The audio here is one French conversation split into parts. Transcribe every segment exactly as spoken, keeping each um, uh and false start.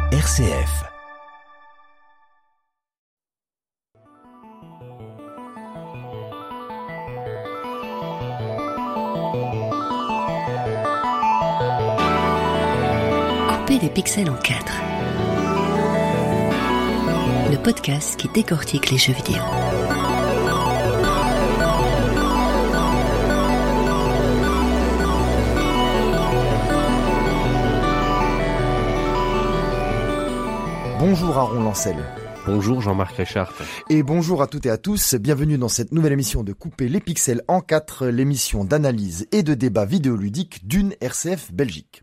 R C F. Couper les pixels en quatre. Le podcast qui décortique les jeux vidéo. Bonjour Aaron Lancel. Bonjour Jean-Marc Richard. Et bonjour à toutes et à tous, bienvenue dans cette nouvelle émission de Couper les pixels en quatre, l'émission d'analyse et de débat vidéoludique d'une R C F Belgique.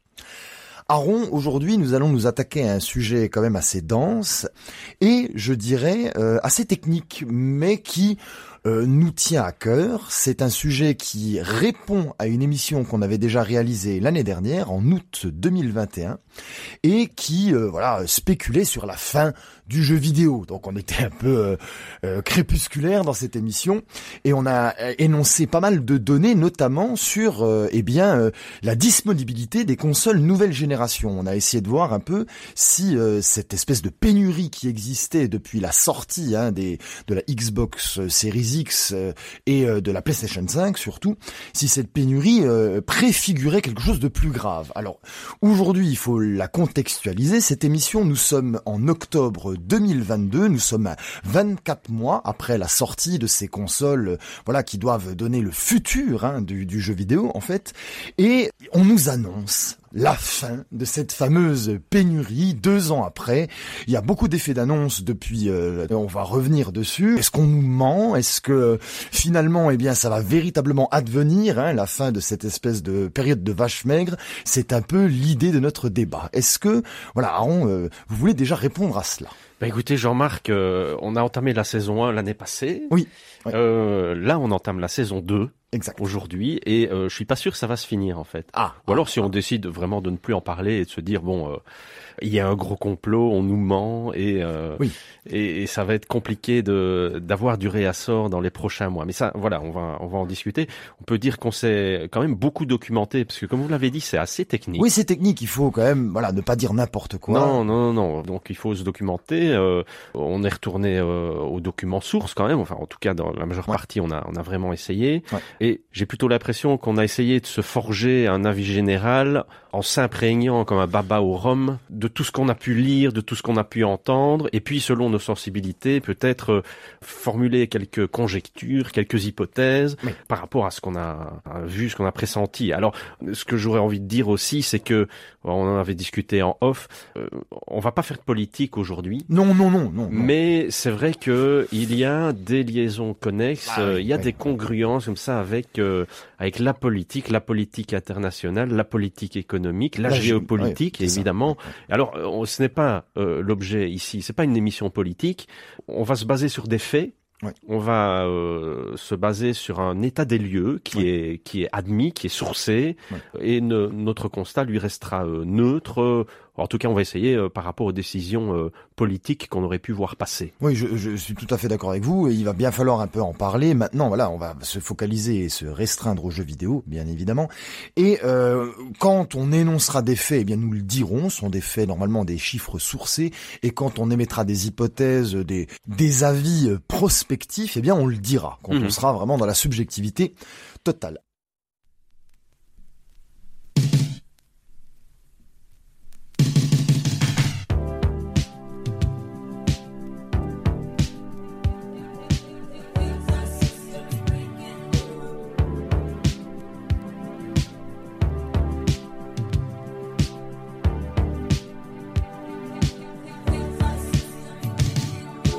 Aaron, aujourd'hui nous allons nous attaquer à un sujet quand même assez dense et je dirais euh, assez technique, mais qui euh, nous tient à cœur. C'est un sujet qui répond à une émission qu'on avait déjà réalisée l'année dernière, en août deux mille vingt et un, et qui euh, voilà spéculait sur la fin du jeu vidéo. Donc on était un peu euh, euh, crépusculaire dans cette émission et on a euh, énoncé pas mal de données, notamment sur euh, eh bien euh, la disponibilité des consoles nouvelle génération. On a essayé de voir un peu si euh, cette espèce de pénurie qui existait depuis la sortie hein, des de la Xbox Series X euh, et euh, de la PlayStation cinq surtout, si cette pénurie euh, préfigurait quelque chose de plus grave. Alors aujourd'hui, il faut la contextualiser. Cette émission, nous sommes en octobre deux mille vingt-deux, nous sommes à vingt-quatre mois après la sortie de ces consoles, voilà, qui doivent donner le futur hein, du, du jeu vidéo en fait, et on nous annonce la fin de cette fameuse pénurie deux ans après. Il y a beaucoup d'effets d'annonce depuis, euh, on va revenir dessus. Est-ce qu'on nous ment? Est-ce que finalement, eh bien, ça va véritablement advenir, hein, la fin de cette espèce de période de vache maigre? C'est un peu l'idée de notre débat. Est-ce que, voilà, Aaron, euh, vous voulez déjà répondre à cela? Bah écoutez Jean-Marc, euh, on a entamé la saison un l'année passée. Oui. oui. Euh, là, on entame la saison deux. Exact. Aujourd'hui, et euh, je suis pas sûr que ça va se finir en fait. Ah. Ou alors si on décide vraiment de ne plus en parler et de se dire bon, euh, il y a un gros complot, on nous ment et euh, oui. et, et ça va être compliqué de d'avoir du réassort dans les prochains mois. Mais ça, voilà, on va on va en discuter. On peut dire qu'on s'est quand même beaucoup documenté parce que comme vous l'avez dit, c'est assez technique. Oui, c'est technique. Il faut quand même, voilà, ne pas dire n'importe quoi. Non, non, non, non. Donc il faut se documenter. Euh, on est retourné euh, aux documents sources quand même. Enfin, en tout cas, dans la majeure ouais. partie, on a on a vraiment essayé. Ouais. Et j'ai plutôt l'impression qu'on a essayé de se forger un avis général en s'imprégnant comme un baba au rhum de tout ce qu'on a pu lire, de tout ce qu'on a pu entendre, et puis selon nos sensibilités, peut-être euh, formuler quelques conjectures, quelques hypothèses oui. par rapport à ce qu'on a vu, ce qu'on a pressenti. Alors, ce que j'aurais envie de dire aussi, c'est que, on en avait discuté en off, euh, on va pas faire de politique aujourd'hui. Non, non, non, non. non. Mais c'est vrai que il y a des liaisons connexes, ah, euh, oui, il y a oui, des oui. congruences comme ça avec euh, avec la politique, la politique internationale, la politique économique, la, la géopolitique, oui, évidemment. Ça. Alors, euh, ce n'est pas euh, l'objet ici, c'est pas une émission politique. On va se baser sur des faits. Ouais. On va euh, se baser sur un état des lieux qui ouais. est qui est admis, qui est sourcé, ouais. et ne, notre constat lui restera euh, neutre. Euh, en tout cas, on va essayer euh, par rapport aux décisions euh, politiques qu'on aurait pu voir passer. Oui, je, je suis tout à fait d'accord avec vous. Et il va bien falloir un peu en parler. Maintenant, voilà, on va se focaliser et se restreindre aux jeux vidéo, bien évidemment. Et euh, quand on énoncera des faits, eh bien nous le dirons. Ce sont des faits, normalement, des chiffres sourcés. Et quand on émettra des hypothèses, des des avis prospectifs, eh bien on le dira. Quand mmh. on sera vraiment dans la subjectivité totale.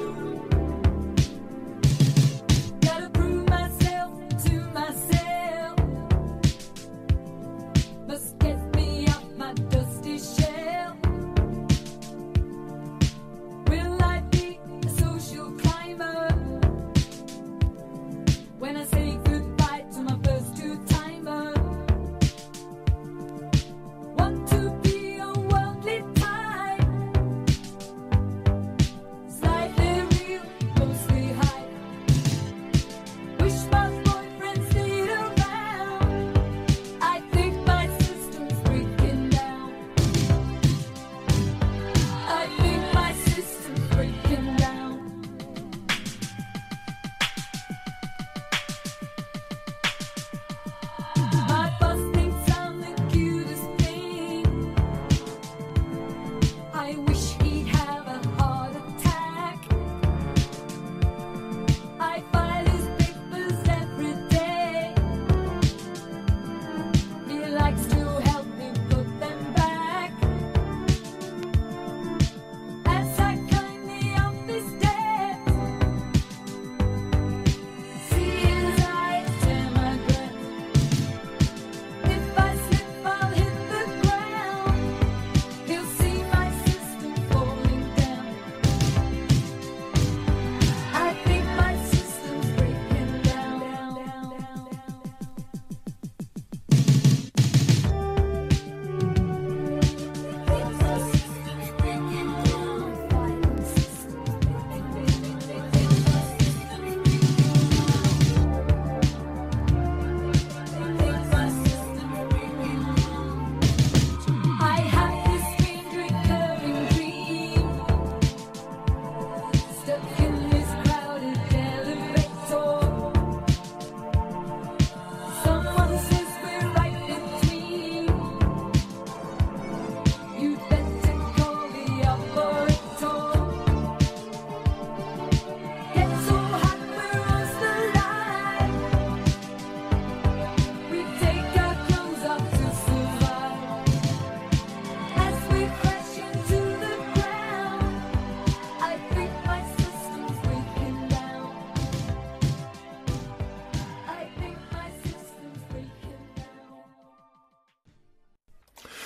Gotta prove myself to myself.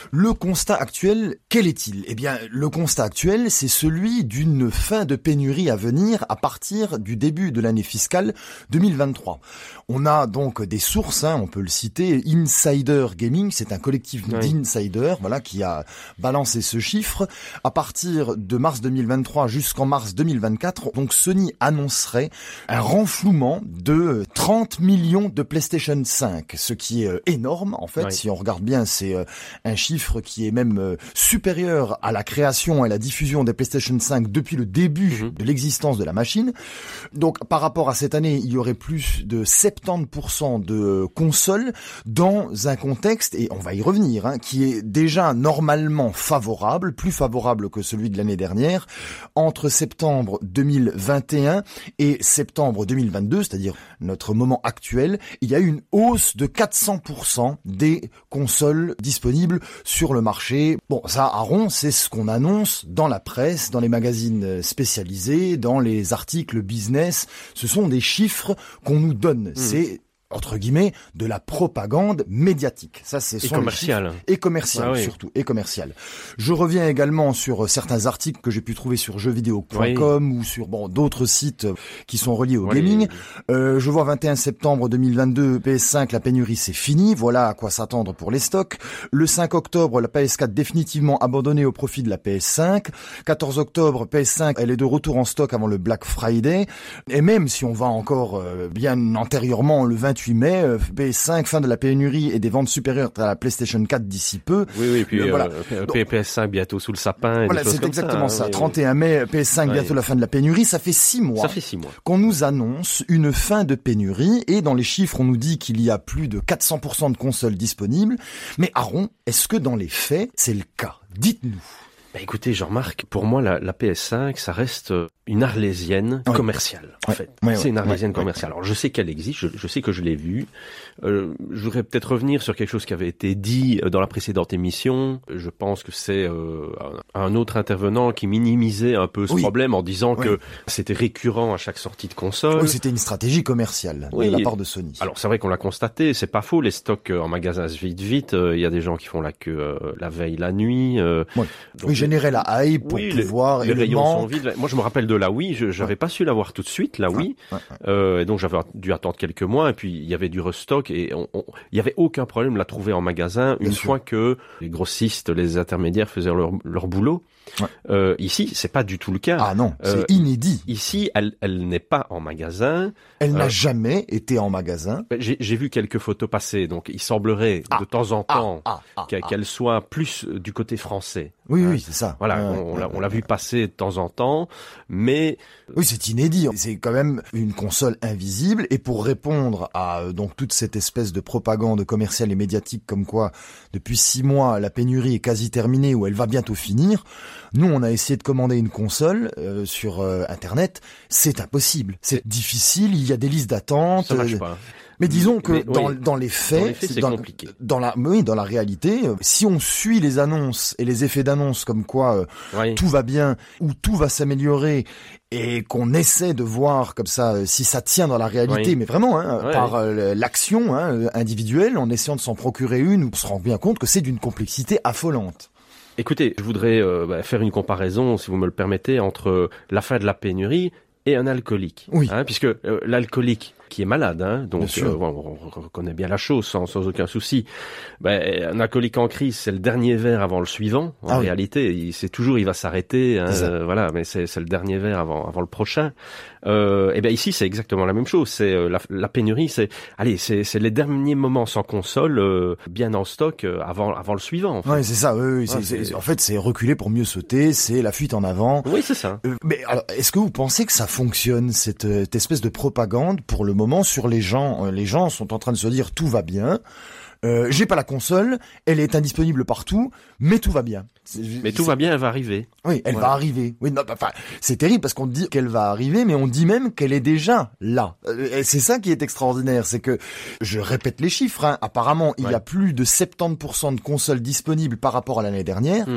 Le constat actuel, quel est-il ? Eh bien, le constat actuel, c'est celui d'une fin de pénurie à venir à partir du début de l'année fiscale deux mille vingt-trois. On a donc des sources, hein, on peut le citer, Insider Gaming, c'est un collectif oui. d'insiders, voilà, qui a balancé ce chiffre. À partir de mars deux mille vingt-trois jusqu'en mars deux mille vingt-quatre, donc Sony annoncerait un renflouement de trente millions de PlayStation cinq, ce qui est énorme, en fait, oui. si on regarde bien, c'est un chiffre qui est même supérieur à la création et la diffusion des PlayStation cinq depuis le début mmh. de l'existence de la machine. Donc, par rapport à cette année, il y aurait plus de soixante-dix pour cent de consoles dans un contexte, et on va y revenir, hein, qui est déjà normalement favorable, plus favorable que celui de l'année dernière. Entre septembre deux mille vingt et un et septembre deux mille vingt-deux, c'est-à-dire notre moment actuel, il y a eu une hausse de quatre cents pour cent des consoles disponibles sur le marché. Bon, ça, Aaron, c'est ce qu'on annonce dans la presse, dans les magazines spécialisés, dans les articles business. Ce sont des chiffres qu'on nous donne. Mmh. C'est entre guillemets, de la propagande médiatique. Ça, c'est et commercial. Et commercial, ah, oui. surtout. Et commercial. Je reviens également sur certains articles que j'ai pu trouver sur jeux vidéo point com oui. ou sur, bon, d'autres sites qui sont reliés au oui. gaming. Euh, je vois vingt et un septembre deux mille vingt-deux, P S cinq, la pénurie, c'est fini. Voilà à quoi s'attendre pour les stocks. Le cinq octobre, la P S quatre définitivement abandonnée au profit de la P S cinq. quatorze octobre, P S cinq, elle est de retour en stock avant le Black Friday. Et même si on va encore euh, bien antérieurement, le vingt-huit mai, P S cinq, fin de la pénurie et des ventes supérieures à la PlayStation quatre d'ici peu. Oui, oui, et puis euh, voilà. euh, Donc, P S cinq bientôt sous le sapin. Et voilà, des c'est choses exactement ça, ça. Hein, trente et un mai, P S cinq, oui. bientôt la fin de la pénurie. Ça fait six mois. Ça fait six mois. Qu'on nous annonce une fin de pénurie, et dans les chiffres, on nous dit qu'il y a plus de quatre cents pour cent de consoles disponibles. Mais Aaron, est-ce que dans les faits, c'est le cas ? Dites-nous. Bah écoutez, Jean-Marc, pour moi, la, la P S cinq, ça reste une arlésienne oui. commerciale, en oui. fait. Oui, c'est oui. une arlésienne oui. commerciale. Alors, je sais qu'elle existe, je, je sais que je l'ai vue. Euh, je voudrais peut-être revenir sur quelque chose qui avait été dit dans la précédente émission. Je pense que c'est euh, un autre intervenant qui minimisait un peu ce oui. problème en disant oui. que c'était récurrent à chaque sortie de console. Oui, c'était une stratégie commerciale oui. de la part de Sony. Alors, c'est vrai qu'on l'a constaté, c'est pas faux, les stocks en magasin se vident vite. Il euh, y a des gens qui font la queue euh, la veille, la nuit. Euh, oui, donc, oui générer la hype pour oui, pouvoir... Les, les et rayons le sont vides. Moi, je me rappelle de la Wii, je j'avais ouais. pas su l'avoir tout de suite, la Wii. Ouais, ouais, ouais. Euh, et donc, j'avais dû attendre quelques mois, et puis il y avait du restock, et on, on, il y avait aucun problème de la trouver en magasin Bien une sûr. fois que les grossistes, les intermédiaires faisaient leur, leur boulot. Ouais. Euh, ici, c'est pas du tout le cas. Ah non, c'est euh, inédit. Ici, elle, elle n'est pas en magasin. Elle euh, n'a jamais été en magasin. J'ai, j'ai vu quelques photos passer, donc il semblerait ah, de temps en temps ah, ah, qu'elle, ah, qu'elle soit plus du côté français. Oui, hein. oui, c'est ça. Voilà, euh, on, on, l'a, on l'a vu passer de temps en temps, mais... Oui, c'est inédit. C'est quand même une console invisible, et pour répondre à donc toute cette espèce de propagande commerciale et médiatique comme quoi, depuis six mois, la pénurie est quasi terminée ou elle va bientôt finir, nous, on a essayé de commander une console euh, sur euh, Internet. C'est impossible. C'est difficile. Il y a des listes d'attente. Ça marche pas. Mais disons que mais, dans, oui. dans les faits, dans les faits c'est, c'est dans, compliqué. Dans la, oui, dans la réalité, si on suit les annonces et les effets d'annonce comme quoi euh, oui. tout va bien ou tout va s'améliorer, et qu'on essaie de voir comme ça euh, si ça tient dans la réalité, oui. mais vraiment hein, oui, par euh, l'action hein, individuelle, en essayant de s'en procurer une, on se rend bien compte que c'est d'une complexité affolante. Écoutez, je voudrais euh, bah, faire une comparaison, si vous me le permettez, entre la fin de la pénurie et un alcoolique. Oui. Hein, puisque euh, l'alcoolique qui est malade, hein, donc euh, bon, on reconnaît bien la chose sans, sans aucun souci. Ben, un alcoolique en crise, c'est le dernier verre avant le suivant. En ah réalité, oui. il, c'est toujours il va s'arrêter, hein, euh, voilà, mais c'est, c'est le dernier verre avant, avant le prochain. Euh, et ben ici, c'est exactement la même chose. C'est euh, la, la pénurie, c'est allez, c'est, c'est les derniers moments sans console, euh, bien en stock euh, avant, avant le suivant. En fait. Ouais, c'est ça. Oui, oui, ouais, c'est, c'est, c'est... En fait, c'est reculer pour mieux sauter. C'est la fuite en avant. Oui, c'est ça. Euh, mais alors, est-ce que vous pensez que ça fonctionne cette, cette espèce de propagande pour le moment sur les gens? Les gens sont en train de se dire tout va bien. Euh, j'ai pas la console, elle est indisponible partout, mais tout va bien. C'est, mais tout c'est... va bien, elle va arriver. Oui, elle voilà. va arriver. Oui, non, enfin, c'est terrible parce qu'on dit qu'elle va arriver, mais on dit même qu'elle est déjà là. Et c'est ça qui est extraordinaire, c'est que, je répète les chiffres, hein, apparemment, il ouais. y a plus de soixante-dix pour cent de consoles disponibles par rapport à l'année dernière. Mmh.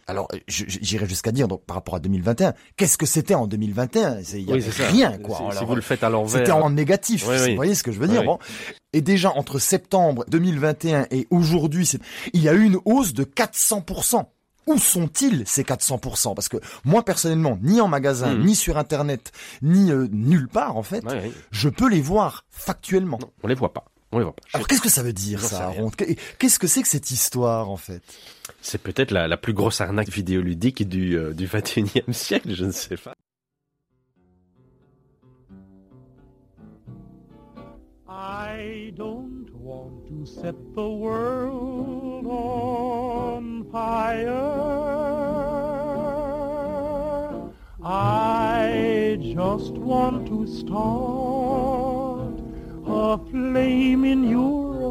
Alors, je- j'irais jusqu'à dire, donc, par rapport à deux mille vingt et un, qu'est-ce que c'était en deux mille vingt et un? Il y Oui, avait c'est ça. rien, quoi. Si, Alors, si vous le faites à l'envers. c'était en négatif. Oui, oui. Vous voyez ce que je veux Oui, dire? oui. Bon. Et déjà, entre septembre deux mille vingt et un et aujourd'hui, c'est, il y a eu une hausse de quatre cents pour cent. Où sont-ils ces quatre cents pour cent? Parce que moi, personnellement, ni en magasin, Mmh. ni sur Internet, ni euh, nulle part, en fait, Oui, oui. je peux les voir factuellement. Non, on les voit pas. On les voit pas. Alors, qu'est-ce que ça veut dire, J'en sais ça, rien. Ron? Qu'est-ce que c'est que cette histoire, en fait? C'est peut-être la, la plus grosse arnaque vidéoludique du, euh, du vingt et unième siècle, je ne sais pas. I don't want to set the world on fire. I just want to start a flame in your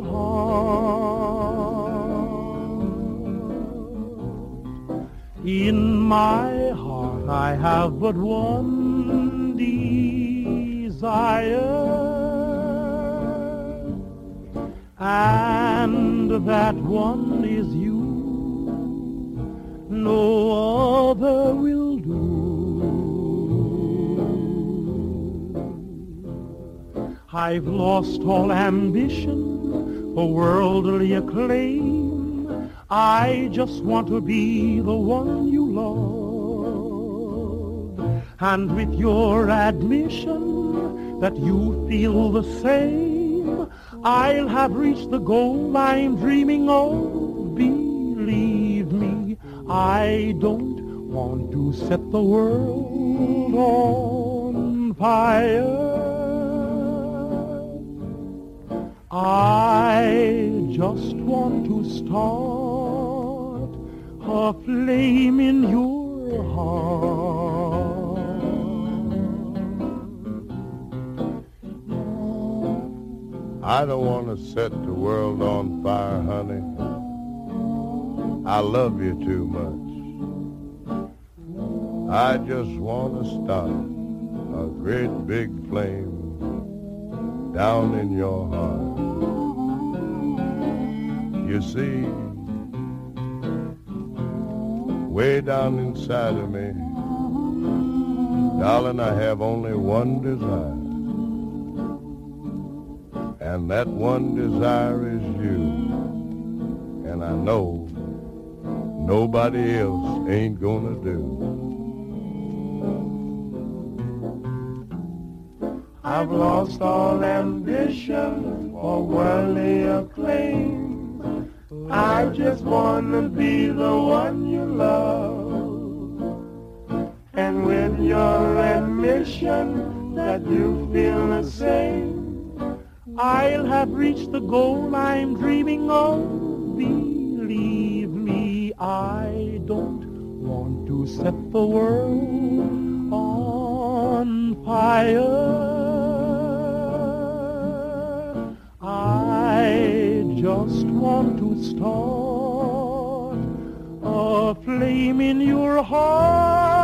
heart. In my heart I have but one desire. And that one is you, no other will do. I've lost all ambition for worldly acclaim. I just want to be the one you love. And with your admission that you feel the same, I'll have reached the goal I'm dreaming of. Believe me, I don't want to set the world on fire. I just want to start a flame in your heart. I don't want to set the world on fire, honey. I love you too much. I just want to start a great big flame down in your heart. You see, way down inside of me, darling, I have only one desire. And that one desire is you. And I know nobody else ain't gonna do. I've lost all ambition for worldly acclaim. I just wanna be the one you love. And with your admission that you feel the same, I'll have reached the goal I'm dreaming of. Believe me, I don't want to set the world on fire. I just want to start a flame in your heart.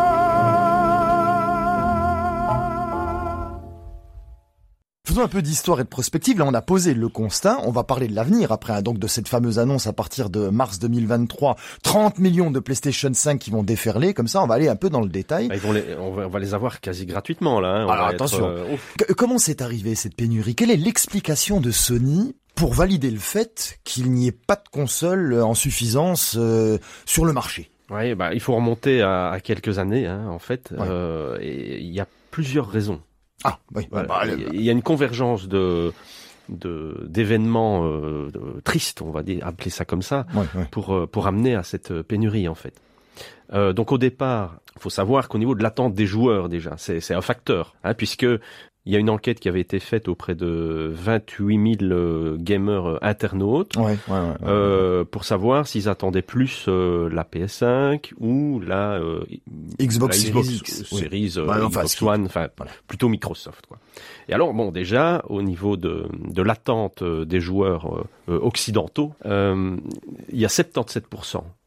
Faisons un peu d'histoire et de prospective. Là, on a posé le constat. On va parler de l'avenir après, hein, donc de cette fameuse annonce à partir de mars deux mille vingt-trois. trente millions de PlayStation cinq qui vont déferler. Comme ça, on va aller un peu dans le détail. Bah, ils vont les, on, va, on va les avoir quasi gratuitement, là. Hein. On Alors, va attention. Être, euh, ouf. Que- comment c'est arrivé cette pénurie? Quelle est l'explication de Sony pour valider le fait qu'il n'y ait pas de console en suffisance euh, sur le marché? Ouais, bah, il faut remonter à, à quelques années, hein, en fait. Ouais. Euh, et il y a plusieurs raisons. Ah, oui. Voilà. Bah, Il y a- il y a une convergence de de d'événements euh, de- tristes, on va dire, appeler ça comme ça, ouais, ouais. pour euh, pour amener à cette pénurie en fait. Euh, donc au départ, il faut savoir qu'au niveau de l'attente des joueurs déjà, c'est c'est un facteur, hein, puisque il y a une enquête qui avait été faite auprès de vingt-huit mille euh, gamers euh, internautes. Ouais, ouais, ouais, ouais. Euh, pour savoir s'ils attendaient plus euh, la P S cinq ou la euh, Xbox la Xbox Series X, oui. Series, euh, Bah, enfin, Xbox ce qui- One, enfin voilà. plutôt Microsoft quoi. Et alors bon déjà au niveau de de l'attente euh, des joueurs euh, euh, occidentaux, euh, il y a soixante-dix-sept pour cent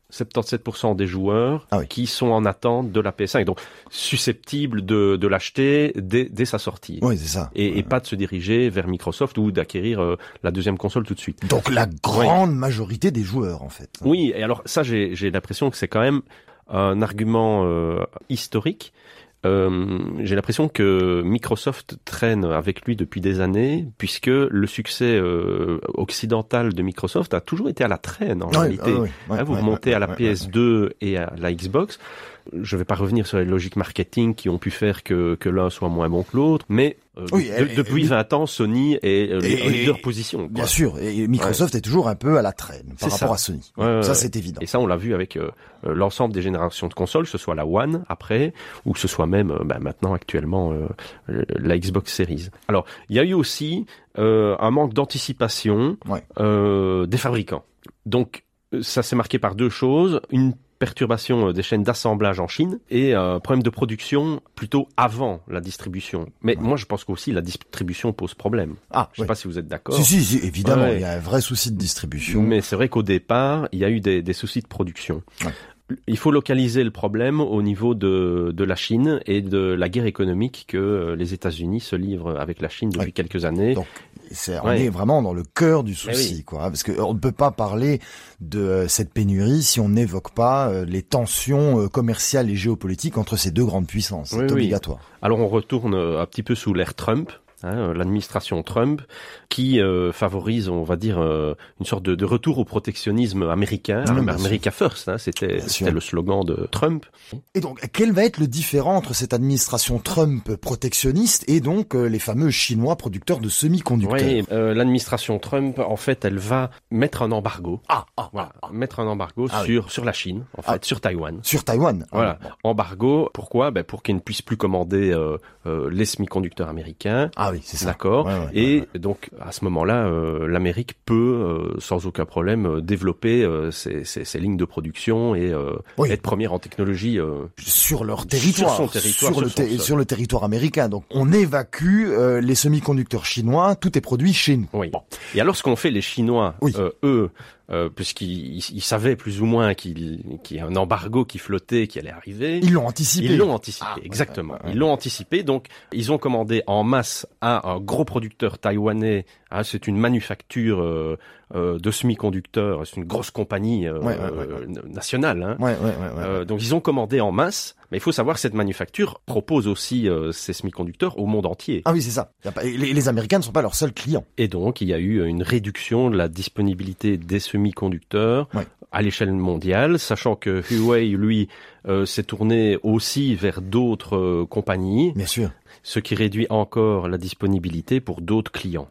soixante-dix-sept pour cent des joueurs ah oui. qui sont en attente de la P S cinq, donc susceptibles de, de l'acheter dès, dès sa sortie. Oui, c'est ça. Et, ouais. et pas de se diriger vers Microsoft ou d'acquérir euh, la deuxième console tout de suite. Donc la grande oui. majorité des joueurs, en fait. Oui, et alors ça, j'ai, j'ai l'impression que c'est quand même un argument euh, historique. Euh, j'ai l'impression que Microsoft traîne avec lui depuis des années, puisque le succès euh, occidental de Microsoft a toujours été à la traîne en oui, réalité. Oui, oui, hein, vous oui, remontez oui, à la oui, P S deux oui. et à la Xbox. Je ne vais pas revenir sur les logiques marketing qui ont pu faire que, que l'un soit moins bon que l'autre, mais euh, oui, de, et, depuis et, vingt ans, Sony est euh, et, leader position. Quoi. Bien sûr, et Microsoft ouais. est toujours un peu à la traîne par c'est rapport ça. à Sony. Ouais, ouais, ça, ouais. c'est évident. Et ça, on l'a vu avec euh, l'ensemble des générations de consoles, que ce soit la One après, ou que ce soit même euh, bah, maintenant actuellement euh, la Xbox Series. Alors, il y a eu aussi euh, un manque d'anticipation ouais. euh, des fabricants. Donc, ça s'est marqué par deux choses. Une perturbation des chaînes d'assemblage en Chine et un problème de production plutôt avant la distribution. Mais ouais. moi, je pense qu'aussi la distribution pose problème. Ah, je ne sais ouais. pas si vous êtes d'accord. Si, si, si évidemment, ouais. il y a un vrai souci de distribution. Mais c'est vrai qu'au départ, il y a eu des, des soucis de production. Ouais. Il faut localiser le problème au niveau de, de la Chine et de la guerre économique que les États-Unis se livrent avec la Chine depuis ouais. quelques années. Donc, c'est, on ouais. est vraiment dans le cœur du souci, oui. quoi. Parce que on ne peut pas parler de cette pénurie si on n'évoque pas les tensions commerciales et géopolitiques entre ces deux grandes puissances. C'est oui, obligatoire. Oui. Alors, on retourne un petit peu sous l'ère Trump. Hein, l'administration Trump qui euh, favorise, on va dire, euh, une sorte de, de retour au protectionnisme américain, mmh, America First, hein, c'était, c'était le slogan de Trump. Et donc, quel va être le différent entre cette administration Trump protectionniste et donc euh, les fameux Chinois producteurs de semi-conducteurs? Oui, euh, l'administration Trump, en fait, elle va mettre un embargo. Ah, ah, voilà, ah, ah. mettre un embargo ah, sur oui. sur la Chine, en fait, ah, sur Taïwan. Sur Taïwan. Voilà, ah, bon. embargo. Pourquoi? Ben pour qu'ils ne puissent plus commander euh, euh, les semi-conducteurs américains. Ah oui, c'est ça. D'accord. Ouais, ouais, et ouais, ouais. donc à ce moment-là, euh, l'Amérique peut euh, sans aucun problème euh, développer euh, ses, ses, ses lignes de production et euh, oui. être première en technologie euh, sur leur territoire, sur son territoire, sur, sur, le, son ter- sur le territoire américain. Donc on évacue euh, les semi-conducteurs chinois, tout est produit chez nous. Oui. Bon. Et alors ce qu'ont fait les Chinois, oui. euh, eux. Euh, puisqu'ils ils, ils savaient plus ou moins qu'il, qu'il y a un embargo qui flottait, qui allait arriver. Ils l'ont anticipé. Ils l'ont anticipé, ah, exactement. Ouais, ouais, ouais. Ils l'ont anticipé, donc ils ont commandé en masse à un gros producteur taïwanais. Hein, c'est une manufacture euh, euh, de semi-conducteurs, c'est une grosse compagnie euh, ouais, ouais, ouais, ouais. Euh, nationale. Hein. Ouais, ouais, ouais, ouais. Euh, donc ils ont commandé en masse, mais il faut savoir que cette manufacture propose aussi euh, ces semi-conducteurs au monde entier. Ah oui, c'est ça. Les, les Américains ne sont pas leurs seuls clients. Et donc il y a eu une réduction de la disponibilité des semi-conducteurs ouais. à l'échelle mondiale, sachant que Huawei, lui, euh, s'est tourné aussi vers d'autres euh, compagnies. Bien sûr. Ce qui réduit encore la disponibilité pour d'autres clients.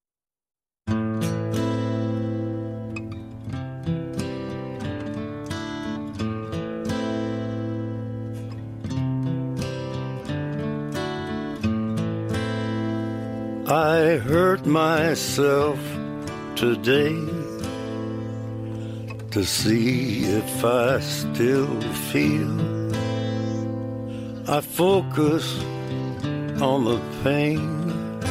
I hurt myself today to see if I still feel. I focus on the pain,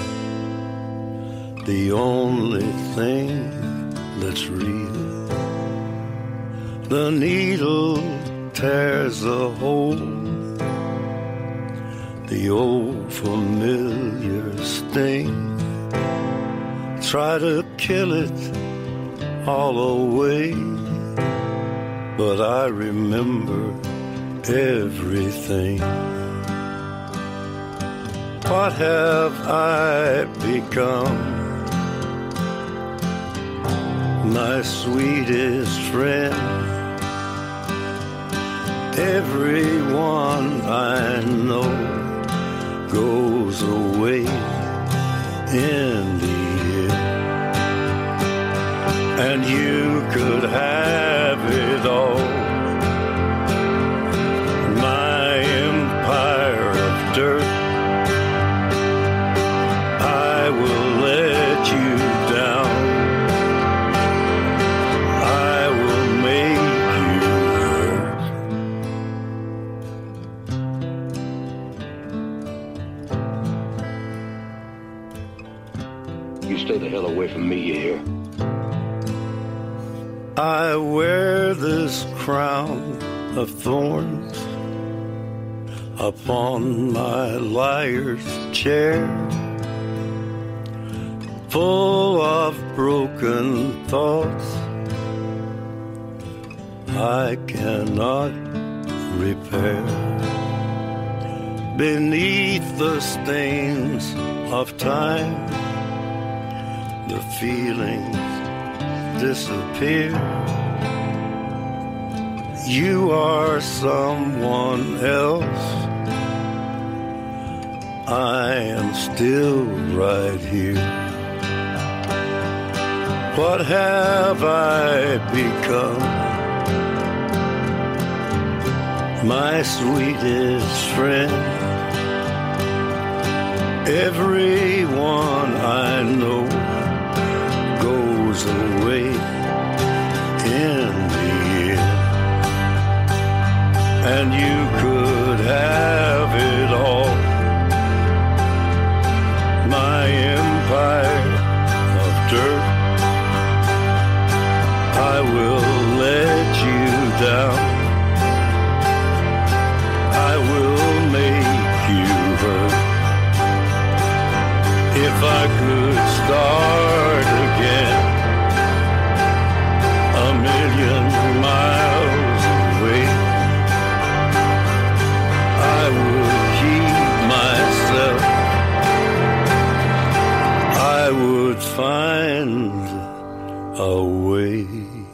the only thing that's real. The needle tears a hole, the old familiar sting. Try to kill it all away, but I remember everything. What have I become? My sweetest friend. Everyone I know goes away in the end, and you could have it all. My empire of dirt, I will let you down. I will make you hurt. You stay the hell away from me, you hear? I wear this crown of thorns upon my liar's chair, full of broken thoughts I cannot repair. Beneath the stains of time, the feelings disappear. You are someone else, I am still right here. What have I become? My sweetest friend, everyone I know goes away in the end, and you could have it all. My empire of dirt, I will let you down. I will make you hurt. If I could start again, a million miles away, I would keep myself. I would find a way.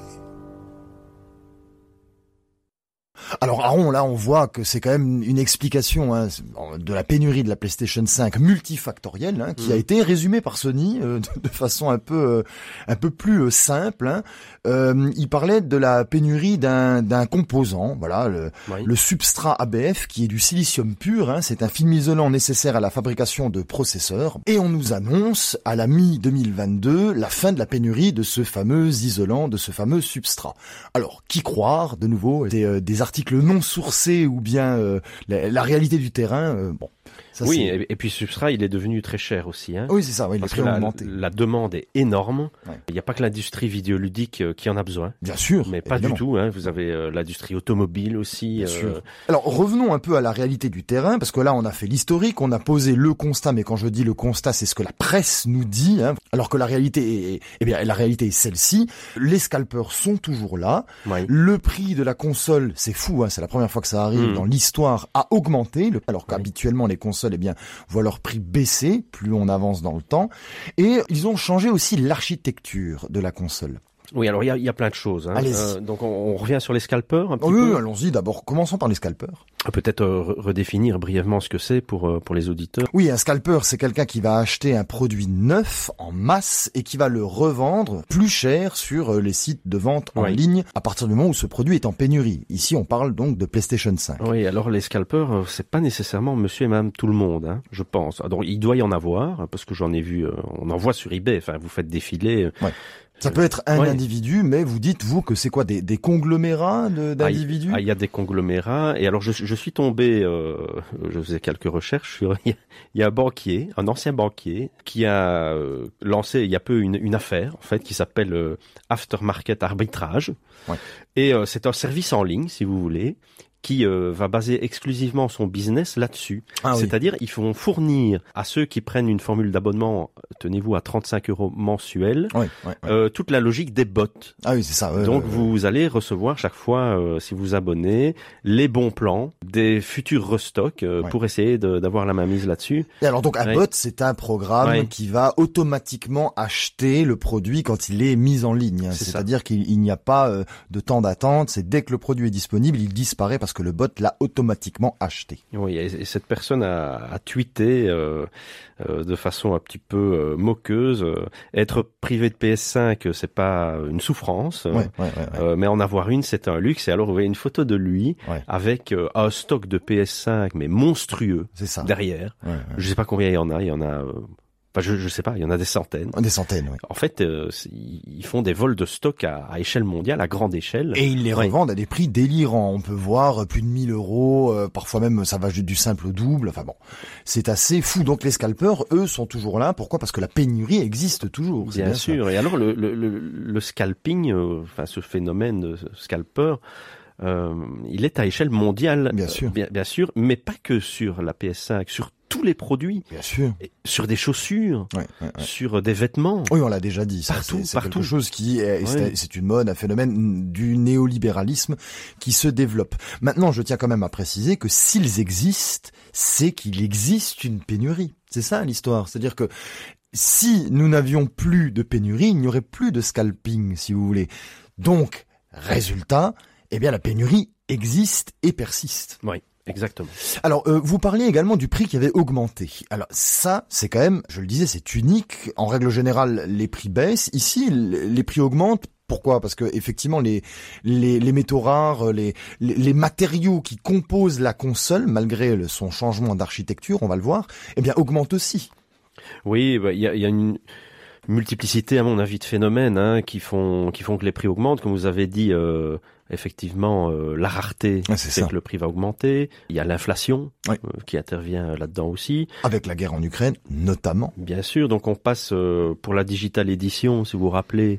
Alors Aaron, là on voit que c'est quand même une explication hein, de la pénurie de la PlayStation cinq multifactorielle hein, qui mmh. a été résumée par Sony euh, de, de façon un peu euh, un peu plus euh, simple. Hein. Euh, il parlait de la pénurie d'un d'un composant, voilà, le, oui. le substrat A B F qui est du silicium pur. Hein, c'est un film isolant nécessaire à la fabrication de processeurs. Et on nous annonce à la mi deux mille vingt-deux la fin de la pénurie de ce fameux isolant, de ce fameux substrat. Alors qui croire de nouveau des, euh, des articles non sourcés ou bien euh, la, la réalité du terrain, euh, bon. Ça, oui, et, et puis ce substrat, il est devenu très cher aussi. Hein, oui, c'est ça, oui, parce les que prix ont la, augmenté. La demande est énorme. Ouais. Il n'y a pas que l'industrie vidéoludique qui en a besoin. Bien sûr. Mais pas évidemment. du tout. Hein. Vous avez euh, l'industrie automobile aussi. Bien euh... sûr. Alors revenons un peu à la réalité du terrain, parce que là on a fait l'historique, on a posé le constat, mais quand je dis le constat, c'est ce que la presse nous dit, hein, alors que la réalité est, eh bien, la réalité est celle-ci. Les scalpers sont toujours là. Oui. Le prix de la console, c'est fou, hein, c'est la première fois que ça arrive mmh. dans l'histoire, a augmenté, alors qu'habituellement oui. les consoles, eh bien, voient leur prix baisser plus on avance dans le temps, et ils ont changé aussi l'architecture de la console. Oui, alors il y a, y a plein de choses. Hein. Allez-y. Euh, donc on, on revient sur les scalpers un petit oui, peu. Oui, allons-y. D'abord, commençons par les scalpers. Peut-être euh, redéfinir brièvement ce que c'est pour euh, pour les auditeurs. Oui, un scalper, c'est quelqu'un qui va acheter un produit neuf en masse et qui va le revendre plus cher sur les sites de vente en oui. ligne à partir du moment où ce produit est en pénurie. Ici, on parle donc de PlayStation cinq. Oui, alors les scalpers, euh, c'est pas nécessairement monsieur et madame tout le monde, hein, je pense. Alors il doit y en avoir parce que j'en ai vu, euh, on en voit sur eBay. Enfin, vous faites défiler. Euh, ouais. Ça peut être un ouais. individu, mais vous dites, vous, que c'est quoi, des, des conglomérats de, d'individus? Ah, il y a des conglomérats. Et alors, je, je suis tombé, euh, je faisais quelques recherches sur, il y a un banquier, un ancien banquier, qui a euh, lancé il y a peu une, une affaire, en fait, qui s'appelle euh, Aftermarket Arbitrage. Ouais. Et euh, c'est un service en ligne, si vous voulez, qui euh, va baser exclusivement son business là-dessus. Ah, C'est-à-dire, oui. ils vont fournir à ceux qui prennent une formule d'abonnement, tenez-vous, à trente-cinq euros mensuels, oui, oui, oui. Euh, toute la logique des bots. Ah oui, c'est ça. Ouais, Donc, ouais, vous ouais. allez recevoir chaque fois, euh, si vous abonnez, les bons plans, des futurs restocks euh, ouais. pour essayer de, d'avoir la mainmise là-dessus. Et alors, donc, un ouais. bot, c'est un programme ouais. qui va automatiquement acheter le produit quand il est mis en ligne. C'est C'est-à-dire ça. qu'il n'y a pas euh, de temps d'attente. C'est dès que le produit est disponible, il disparaît parce que le bot l'a automatiquement acheté. Oui, et cette personne a, a tweeté euh, euh, de façon un petit peu euh, moqueuse. Euh, être privé de P S cinq, c'est pas une souffrance, ouais, ouais, ouais, ouais. Euh, mais en avoir une, c'est un luxe. Et alors, vous voyez une photo de lui ouais. avec euh, un stock de P S cinq, mais monstrueux, c'est ça. derrière. Ouais, ouais. Je sais pas combien il y en a. Il y en a... Euh, Enfin, je, je sais pas, il y en a des centaines. Des centaines, oui. En fait, euh, ils font des vols de stock à, à échelle mondiale, à grande échelle. Et ils les ouais. revendent à des prix délirants. On peut voir plus de mille euros, euh, parfois même ça va du simple au double. Enfin bon, c'est assez fou. Donc les scalpers, eux, sont toujours là. Pourquoi ? Parce que la pénurie existe toujours. Bien, bien sûr. Ça. Et alors le, le, le, le scalping, euh, enfin ce phénomène de scalper, euh, il est à échelle mondiale, Bien sûr. bien, bien sûr, mais pas que sur la P S cinq, sur tous les produits, Bien sûr. sur des chaussures, Ouais, ouais, ouais. sur des vêtements. Oui, on l'a déjà dit. Ça, Partout, c'est, c'est partout. quelque chose qui est, c'est, Ouais. c'est une mode, un phénomène du néolibéralisme qui se développe. Maintenant, je tiens quand même à préciser que s'ils existent, c'est qu'il existe une pénurie. C'est ça l'histoire. C'est-à-dire que si nous n'avions plus de pénurie, il n'y aurait plus de scalping, si vous voulez. Donc, résultat, eh bien, la pénurie existe et persiste. Oui, exactement. Alors, euh, vous parliez également du prix qui avait augmenté. Alors ça, c'est quand même, je le disais, c'est unique. En règle générale, les prix baissent. Ici, l- les prix augmentent. Pourquoi ? Parce que effectivement, les, les les métaux rares, les, les les matériaux qui composent la console, malgré le, son changement d'architecture, on va le voir, eh bien, augmentent aussi. Oui, bah, il y a, il y a une multiplicité, à mon avis, de phénomènes hein, qui font qui font que les prix augmentent. Comme vous avez dit, euh, effectivement, euh, la rareté Ah, c'est fait ça. que le prix va augmenter. Il y a l'inflation Oui. euh, qui intervient là-dedans aussi. Avec la guerre en Ukraine, notamment. Bien sûr, donc on passe euh, pour la digital édition, si vous vous rappelez,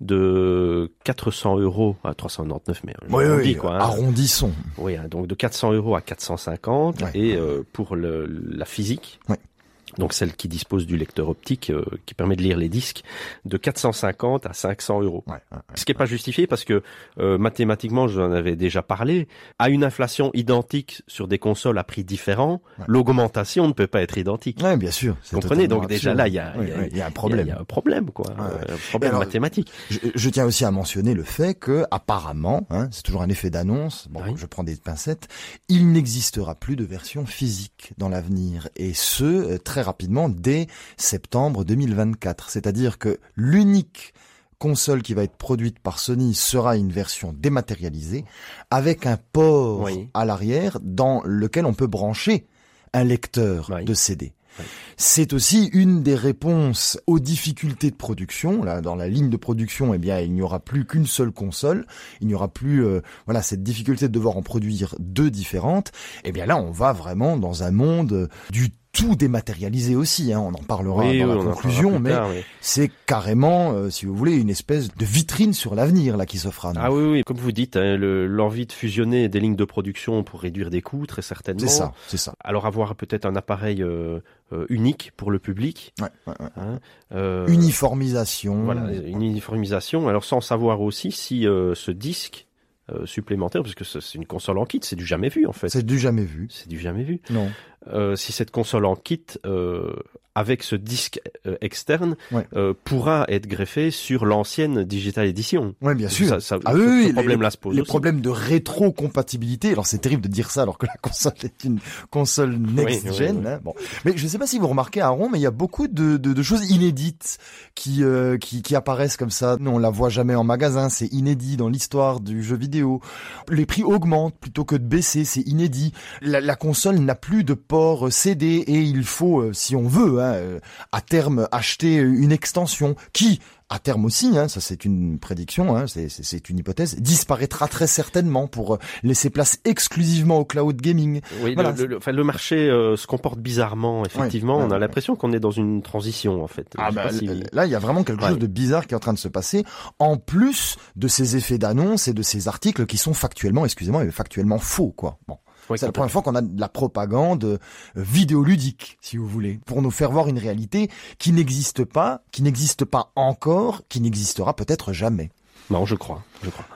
de quatre cents euros à trois cent quatre-vingt-dix-neuf, mais Oui, on oui, dit quoi. Hein. arrondissons. Oui, hein, donc de quatre cents euros à quatre cent cinquante Ouais. et euh, pour le, la physique. Ouais. Donc celle qui dispose du lecteur optique euh, qui permet de lire les disques de quatre cent cinquante à cinq cents euros. Ouais, ouais, ouais. Ce qui n'est pas justifié parce que euh, mathématiquement, je vous en avais déjà parlé, à une inflation identique sur des consoles à prix différents, Ouais. l'augmentation ne peut pas être identique. Ouais, bien sûr. c'est Vous comprenez, totalement donc déjà absurde. là, il y a, Oui, il y a- oui, il y a un il y a- problème. il y a un problème, quoi, Ouais, euh, ouais. un problème Et alors, mathématique. Je, je tiens aussi à mentionner le fait que, apparemment, hein, c'est toujours un effet d'annonce, bon, Oui. je prends des pincettes, il n'existera plus de version physique dans l'avenir, et ce, euh, très rapidement, dès septembre deux mille vingt-quatre. C'est-à-dire que l'unique console qui va être produite par Sony sera une version dématérialisée, avec un port Oui. à l'arrière dans lequel on peut brancher un lecteur Oui. de C D. Oui. C'est aussi une des réponses aux difficultés de production. Là, dans la ligne de production, eh bien, il n'y aura plus qu'une seule console. Il n'y aura plus, euh, voilà, cette difficulté de devoir en produire deux différentes. Eh bien, là, on va vraiment dans un monde du tout dématérialisé aussi. Hein. On en parlera Oui, dans oui, la on en conclusion, parlera plus mais tard, oui. c'est carrément, euh, si vous voulez, une espèce de vitrine sur l'avenir là qui s'offre à nous. Ah oui, oui, comme vous dites, hein, le- l'envie de fusionner des lignes de production pour réduire des coûts, très certainement. C'est ça, c'est ça. Alors avoir peut-être un appareil euh, euh, unique pour le public. Ouais, ouais, ouais. Hein, euh, Uniformisation. Voilà, une uniformisation. Alors sans savoir aussi si euh, ce disque euh, supplémentaire, parce que c'est c'est une console en kit, c'est du jamais vu en fait. C'est du jamais vu. C'est du jamais vu. Non. Euh, si cette console en kit, euh, avec ce disque euh, externe, Ouais. euh, pourra être greffé sur l'ancienne Digital Edition. Ouais, bien sûr. Ça, ça, Ah ce, oui, ce oui, les- problème-là se pose Les aussi. problèmes de rétro-compatibilité. Alors c'est terrible de dire ça alors que la console est une console next-gen. oui, oui. Hein. Bon, mais je ne sais pas si vous remarquez, Aaron, mais il y a beaucoup de, de, de choses inédites qui, euh, qui qui apparaissent comme ça. Nous, on la voit jamais en magasin. C'est inédit dans l'histoire du jeu vidéo. Les prix augmentent plutôt que de baisser. C'est inédit. La, la console n'a plus de port C D et il faut, euh, si on veut, hein, euh, à terme acheter une extension qui à terme aussi, hein, ça c'est une prédiction, hein, c'est, c'est, c'est une hypothèse, disparaîtra très certainement pour euh, laisser place exclusivement au cloud gaming. Oui, Voilà. le, le, enfin, le marché euh, se comporte bizarrement, effectivement. Ouais, on a ouais, l'impression qu'on est dans une transition, en fait. Ah Je sais bah, pas si- l- là, il y a vraiment quelque Ouais. chose de bizarre qui est en train de se passer, en plus de ces effets d'annonce et de ces articles qui sont factuellement, excusez-moi, mais factuellement faux, quoi. Bon. Oui, C'est la complètement. première fois qu'on a de la propagande euh, vidéoludique, si vous voulez, pour nous faire voir une réalité qui n'existe pas, qui n'existe pas encore, qui n'existera peut-être jamais. Non, je crois, je crois.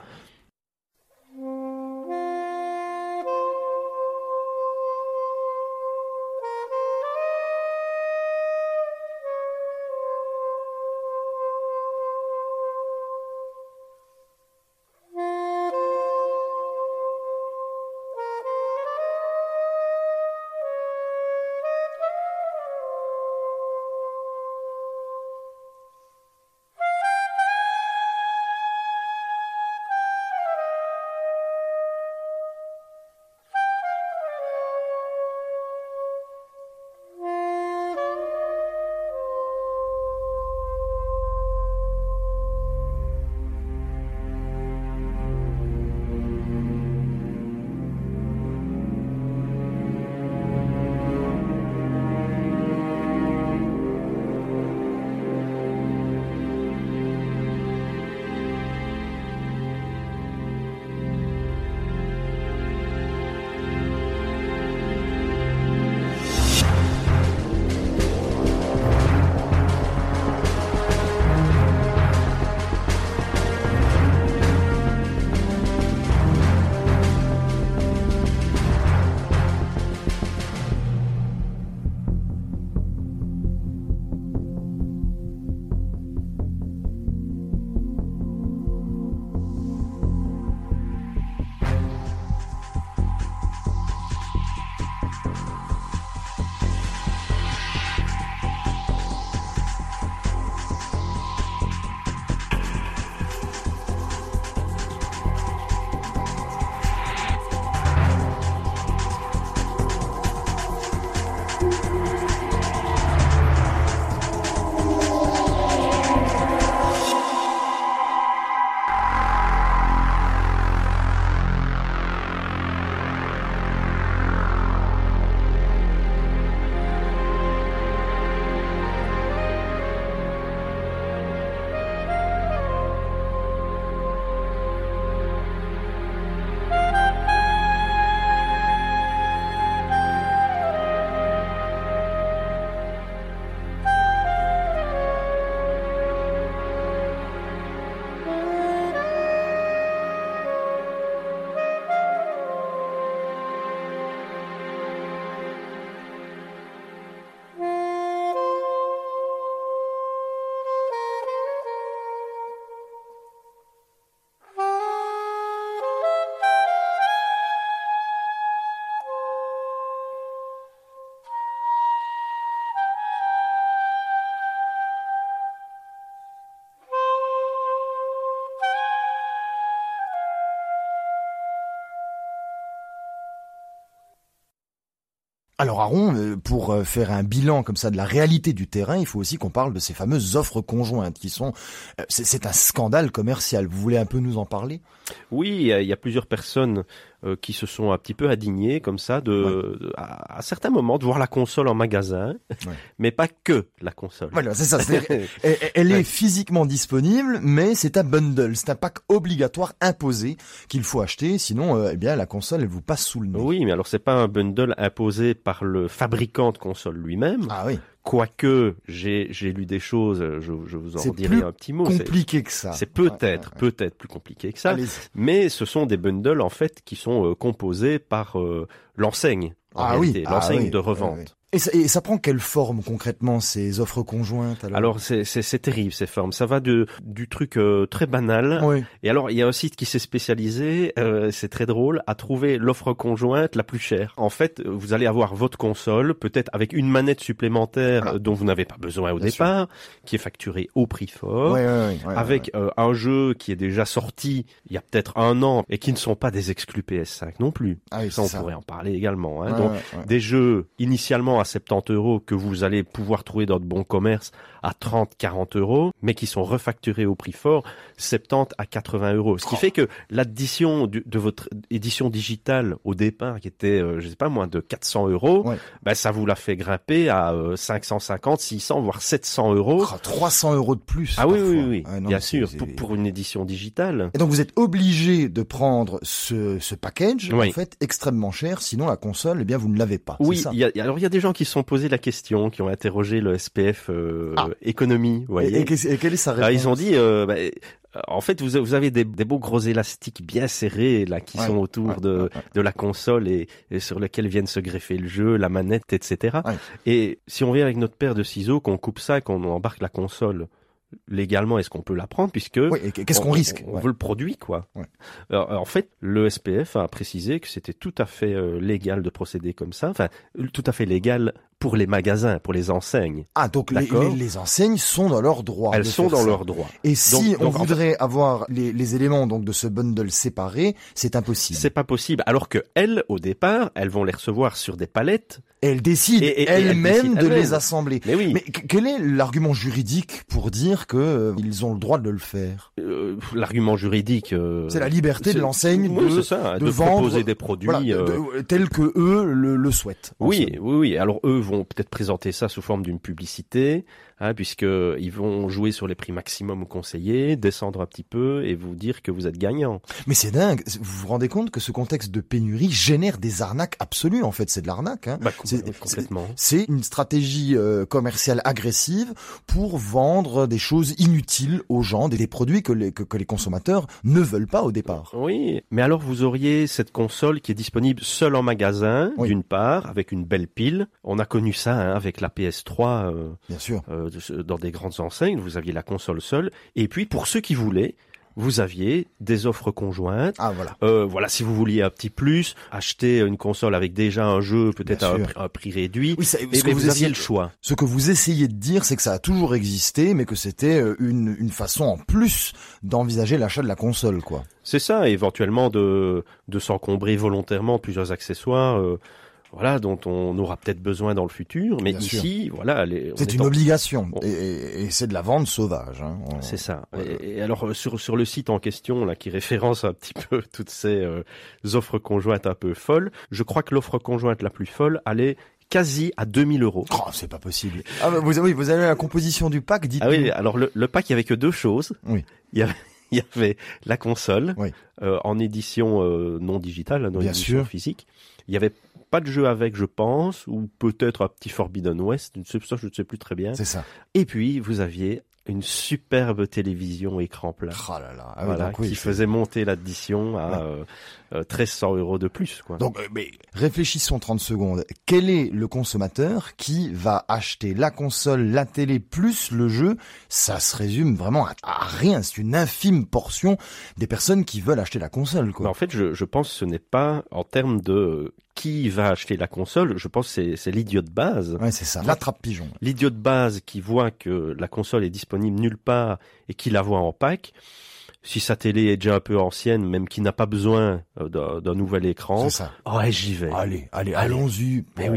Alors Aaron, pour faire un bilan comme ça de la réalité du terrain, il faut aussi qu'on parle de ces fameuses offres conjointes qui sont... C'est, c'est un scandale commercial. Vous voulez un peu nous en parler ? Oui, il y, a, il y a plusieurs personnes euh, qui se sont un petit peu indignées comme ça de, ouais. de à, à certains moments de voir la console en magasin, ouais. mais pas que la console. Voilà, c'est ça. C'est-à-dire, elle, elle est physiquement disponible, mais c'est un bundle, c'est un pack obligatoire imposé qu'il faut acheter, sinon, euh, eh bien, la console elle vous passe sous le nez. Oui, mais alors c'est pas un bundle imposé par le fabricant de console lui-même. Ah oui. Quoique j'ai j'ai lu des choses, je, je vous en c'est dirai un petit mot. C'est compliqué que ça. C'est peut-être ouais, ouais, ouais. peut-être plus compliqué que ça. Allez-y. Mais ce sont des bundles en fait qui sont euh, composés par euh, l'enseigne. En ah réalité, oui, l'enseigne ah oui, de revente. oui, oui. Et, ça, et ça prend quelle forme concrètement ces offres conjointes alors, alors c'est, c'est, c'est terrible ces formes. Ça va de du truc euh, très banal. Oui. Et alors il y a un site qui s'est spécialisé, euh, c'est très drôle, à trouver l'offre conjointe la plus chère. En fait, vous allez avoir votre console, peut-être avec une manette supplémentaire voilà. dont vous n'avez pas besoin au Bien départ, sûr. Qui est facturée au prix fort, oui, oui, oui, avec oui, oui. Euh, un jeu qui est déjà sorti il y a peut-être un an et qui ne sont pas des exclus P S cinq non plus. Ah oui, ça on ça. pourrait en parler également. Hein. Ouais, Donc ouais, ouais. des jeux initialement à soixante-dix euros que vous allez pouvoir trouver dans de bons commerces à trente, quarante euros, mais qui sont refacturés au prix fort, soixante-dix à quatre-vingts euros. Ce qui oh. fait que l'addition de, de votre édition digitale au départ, qui était, euh, je sais pas, moins de quatre cents euros, ouais. ben, ça vous l'a fait grimper à euh, cinq cent cinquante, six cents, voire sept cents euros. Oh, trois cents euros de plus. Ah parfois. oui, oui, oui, ah, non, bien c'est, sûr, c'est... Pour, pour une édition digitale. Et donc vous êtes obligé de prendre ce, ce package, oui. en fait, extrêmement cher, sinon la console, eh bien, vous ne l'avez pas. Oui, c'est ça. Y a, alors il y a des gens qui se sont posé la question, qui ont interrogé le S P F euh, ah. économie. Vous voyez. Et, et, et quelle est sa réponse? Alors, ils ont dit, euh, bah, en fait, vous, vous avez des, des beaux gros élastiques bien serrés là qui ouais, sont autour ouais, de, ouais, ouais. de la console et, et sur lesquels viennent se greffer le jeu, la manette, et cetera. Ouais. Et si on vient avec notre paire de ciseaux, qu'on coupe ça, qu'on embarque la console légalement, est-ce qu'on peut la prendre puisque oui, et qu'est-ce qu'on on, risque on, on ouais. veut le produit, quoi. Ouais. Alors, en fait, le S P F a précisé que c'était tout à fait euh, légal de procéder comme ça, enfin tout à fait légal pour les magasins, pour les enseignes. Ah, donc les, les, les enseignes sont dans leurs droits. Elles sont dans leurs droits. Et si donc, on donc, voudrait en fait, avoir les, les éléments donc de ce bundle séparés, c'est impossible. C'est pas possible. Alors que elles, au départ, elles vont les recevoir sur des palettes. Et elles décident et, et, elles-mêmes elles décident de elles-mêmes. les assembler. Mais oui. Mais quel est l'argument juridique pour dire que euh, ils ont le droit de le faire? euh, L'argument juridique, euh, c'est la liberté de l'enseigne oui, de, ça, de, de vendre, proposer des produits voilà, euh, de, tels que eux le, le souhaitent. Oui, oui, oui. Alors eux vont peut-être présenter ça sous forme d'une publicité, hein, puisque ils vont jouer sur les prix maximum conseillés, descendre un petit peu et vous dire que vous êtes gagnant. Mais c'est dingue. Vous vous rendez compte que ce contexte de pénurie génère des arnaques absolues. En fait, c'est de l'arnaque. Hein. Bah, c'est, complètement. C'est, c'est une stratégie euh, commerciale agressive pour vendre des choses inutiles aux gens, des, des produits que les, que, que les consommateurs ne veulent pas au départ. Oui, mais alors vous auriez cette console qui est disponible seule en magasin, oui. d'une part, avec une belle pile. On a connu ça hein, avec la P S trois. Euh, Bien sûr. Euh, dans des grandes enseignes, vous aviez la console seule. Et puis, pour ceux qui voulaient, vous aviez des offres conjointes. Ah, voilà. Euh, voilà, si vous vouliez un petit plus, acheter une console avec déjà un jeu, peut-être à un, prix, un prix réduit. Oui, ça, et mais vous, vous aviez le choix. Ce que vous essayez de dire, c'est que ça a toujours existé, mais que c'était une, une façon en plus d'envisager l'achat de la console, quoi. C'est ça, éventuellement de, de s'encombrer volontairement de plusieurs accessoires, euh, voilà, dont on aura peut-être besoin dans le futur, mais Bien ici, sûr. voilà, les, c'est une en... obligation on... et, et, et c'est de la vente sauvage. Hein. On... C'est ça. Voilà. Et, et alors sur sur le site en question là, qui référence un petit peu toutes ces euh, offres conjointes un peu folles, je crois que l'offre conjointe la plus folle allait quasi à deux mille euros. Oh, c'est pas possible. Ah, bah, vous, oui, vous avez la composition du pack, dites-nous. Ah oui, alors le, le pack, il y avait que deux choses. Oui. Il y avait il y avait la console oui. euh, en édition euh, non digitale, non Bien édition sûr. physique. Il y avait pas de jeu avec, je pense, ou peut-être un petit Forbidden West, ça je ne sais plus très bien. C'est ça. Et puis vous aviez une superbe télévision écran plat, oh là là. Ah oui, voilà, donc, oui, qui c'est... faisait monter l'addition à ouais. euh, euh, treize cents euros de plus, quoi. Donc, euh, mais réfléchissons trente secondes. Quel est le consommateur qui va acheter la console, la télé plus le jeu? Ça se résume vraiment à, à rien. C'est une infime portion des personnes qui veulent acheter la console, quoi. Mais en fait, je, je pense que ce n'est pas en termes de qui va acheter la console, je pense que c'est, c'est l'idiot de base. Ouais, c'est ça, l'attrape-pigeon. L'idiot de base qui voit que la console est disponible nulle part et qui la voit en pack. Si sa télé est déjà un peu ancienne, même qui n'a pas besoin d'un, d'un nouvel écran. C'est ça. Ouais, j'y vais. Allez, allez, allez. allons-y. Mais oui.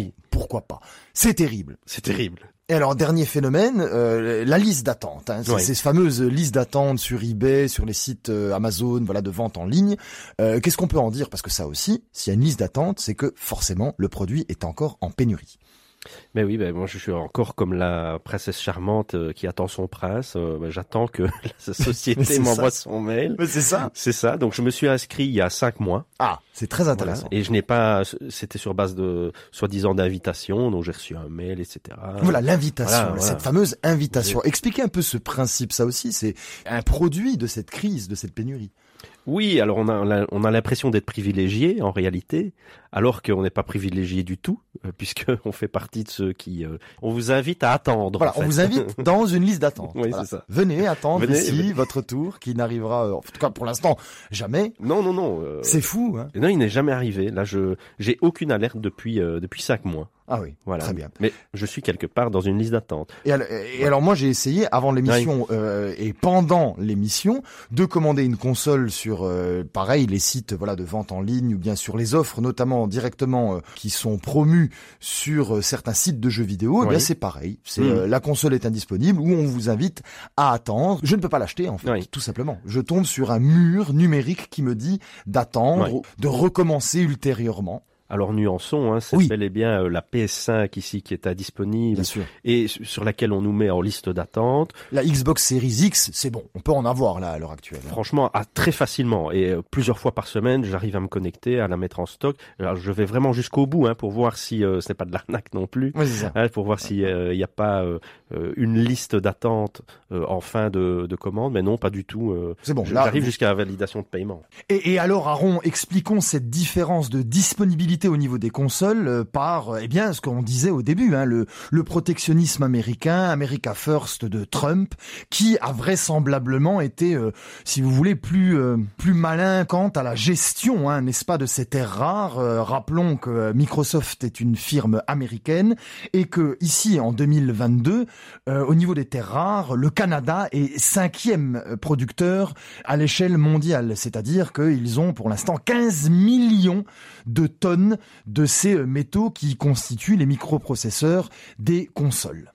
pourquoi pas. C'est terrible. C'est terrible. Et alors, dernier phénomène, euh, la liste d'attente. Hein, oui. Ces fameuses listes d'attente sur eBay, sur les sites euh, Amazon, voilà, de vente en ligne. Euh, qu'est-ce qu'on peut en dire? Parce que ça aussi, s'il y a une liste d'attente, c'est que forcément, le produit est encore en pénurie. Mais oui, ben moi je suis encore comme la princesse charmante euh, qui attend son prince. Euh, ben, j'attends que la société m'envoie son mail. Mais c'est ça. C'est ça. Donc je me suis inscrit il y a cinq mois. Ah, c'est très intéressant. Voilà. Et je n'ai pas. C'était sur base de soi-disant d'invitation. Donc j'ai reçu un mail, et cetera. Voilà l'invitation, Voilà, voilà. cette fameuse invitation. Expliquez un peu ce principe. Ça aussi, c'est un produit de cette crise, de cette pénurie. Oui, alors on a on a l'impression d'être privilégié en réalité, alors qu'on n'est pas privilégié du tout, euh, puisque on fait partie de ceux qui euh, on vous invite à attendre. Voilà, en fait. on vous invite dans une liste d'attente. Oui, Voilà. c'est ça. Venez attendre Venez, ici venez. votre tour qui n'arrivera, euh, en tout cas pour l'instant, jamais. Non, non, non. euh, C'est fou, hein. Non, il n'est jamais arrivé. Là, je j'ai aucune alerte depuis euh, depuis cinq mois. Ah oui, Voilà. très bien. Mais je suis quelque part dans une liste d'attente. Et alors, et alors moi j'ai essayé avant l'émission euh, et pendant l'émission de commander une console sur euh, pareil les sites voilà de vente en ligne ou bien sur les offres notamment directement euh, qui sont promues sur euh, certains sites de jeux vidéo. Et Oui. bien c'est pareil, c'est Mm. euh, la console est indisponible ou on vous invite à attendre. Je ne peux pas l'acheter en fait, Oui. tout simplement. Je tombe sur un mur numérique qui me dit d'attendre, Oui. de recommencer ultérieurement. Alors nuançons, hein, c'est Oui. bel et bien euh, la P S cinq ici qui est indisponible Bien sûr. et su- sur laquelle on nous met en liste d'attente. La Xbox Series X, c'est bon, on peut en avoir là à l'heure actuelle. hein. Franchement, ah, très facilement et euh, plusieurs fois par semaine, j'arrive à me connecter, à la mettre en stock. Alors, je vais vraiment jusqu'au bout hein, pour voir si euh, ce n'est pas de l'arnaque non plus. Oui, c'est ça. Hein, pour voir s'il n'y a pas euh, euh, une liste d'attente euh, en fin de, de commande, mais non, pas du tout. euh, C'est bon. je- Là, J'arrive vous- jusqu'à la validation de paiement. Et, et alors, Aaron, expliquons cette différence de disponibilité au niveau des consoles euh, par, euh, eh bien, ce qu'on disait au début, hein, le, le protectionnisme américain, America First de Trump, qui a vraisemblablement été, euh, si vous voulez, plus euh, plus malin quant à la gestion, hein, n'est-ce pas, de ces terres rares. Euh, rappelons que euh, Microsoft est une firme américaine et que ici, en deux mille vingt-deux, euh, au niveau des terres rares, le Canada est cinquième producteur à l'échelle mondiale, c'est-à-dire qu'ils ont pour l'instant quinze millions de tonnes de ces euh, métaux qui constituent les microprocesseurs des consoles.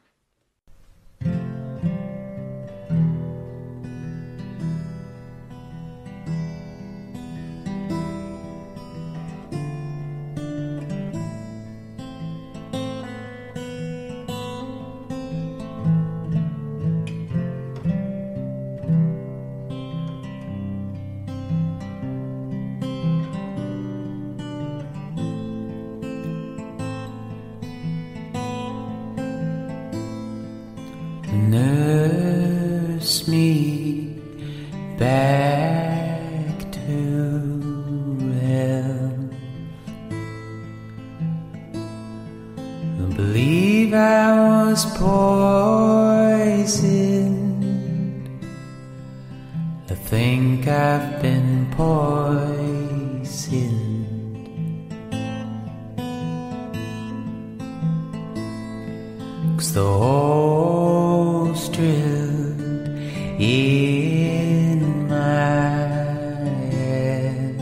Nurse me back to health. I believe I was poisoned. I think I've been poisoned. 'Cause the hole's drilled in my head.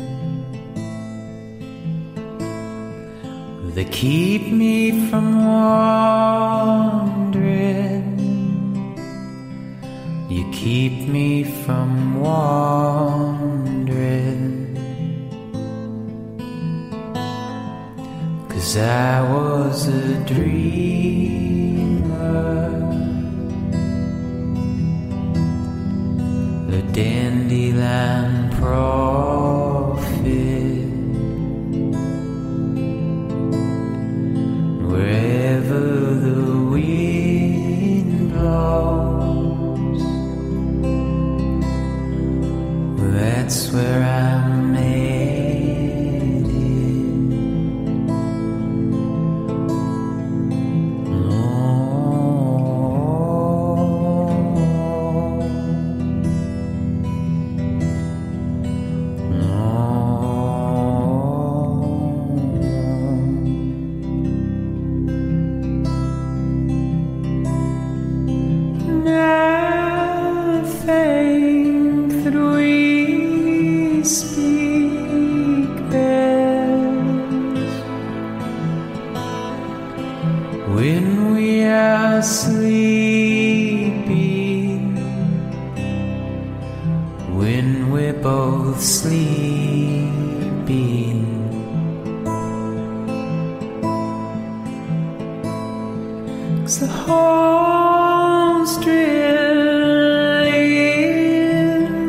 They keep me from wandering. You keep me from wandering. 'Cause I was a dreamer, a dandelion prophet. Wherever the wind blows, that's where I'm headed. Oh, are sleeping, when we're both sleeping, cause the home's drill in